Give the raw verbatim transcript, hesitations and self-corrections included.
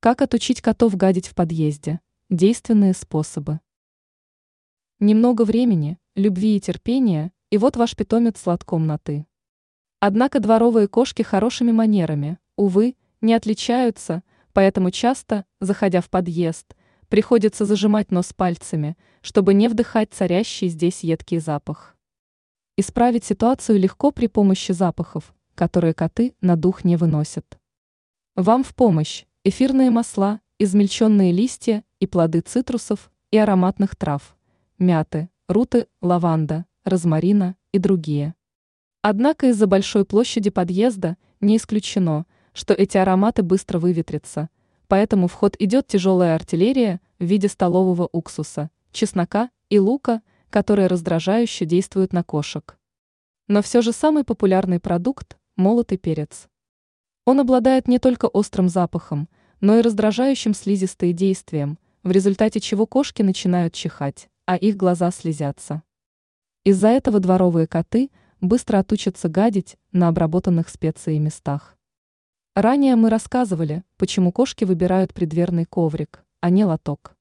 Как отучить котов гадить в подъезде? Действенные способы. Немного времени, любви и терпения, и вот ваш питомец сладком на «ты». Однако дворовые кошки хорошими манерами, увы, не отличаются, поэтому часто, заходя в подъезд, приходится зажимать нос пальцами, чтобы не вдыхать царящий здесь едкий запах. Исправить ситуацию легко при помощи запахов, которые коты на дух не выносят. Вам в помощь эфирные масла, измельченные листья и плоды цитрусов и ароматных трав, мяты, руты, лаванда, розмарина и другие. Однако из-за большой площади подъезда не исключено, что эти ароматы быстро выветрятся, поэтому в ход идет тяжелая артиллерия в виде столового уксуса, чеснока и лука, которые раздражающе действуют на кошек. Но все же самый популярный продукт – молотый перец. Он обладает не только острым запахом, но и раздражающим слизистые действием, в результате чего кошки начинают чихать, а их глаза слезятся. Из-за этого дворовые коты быстро отучатся гадить на обработанных специей местах. Ранее мы рассказывали, почему кошки выбирают преддверный коврик, а не лоток.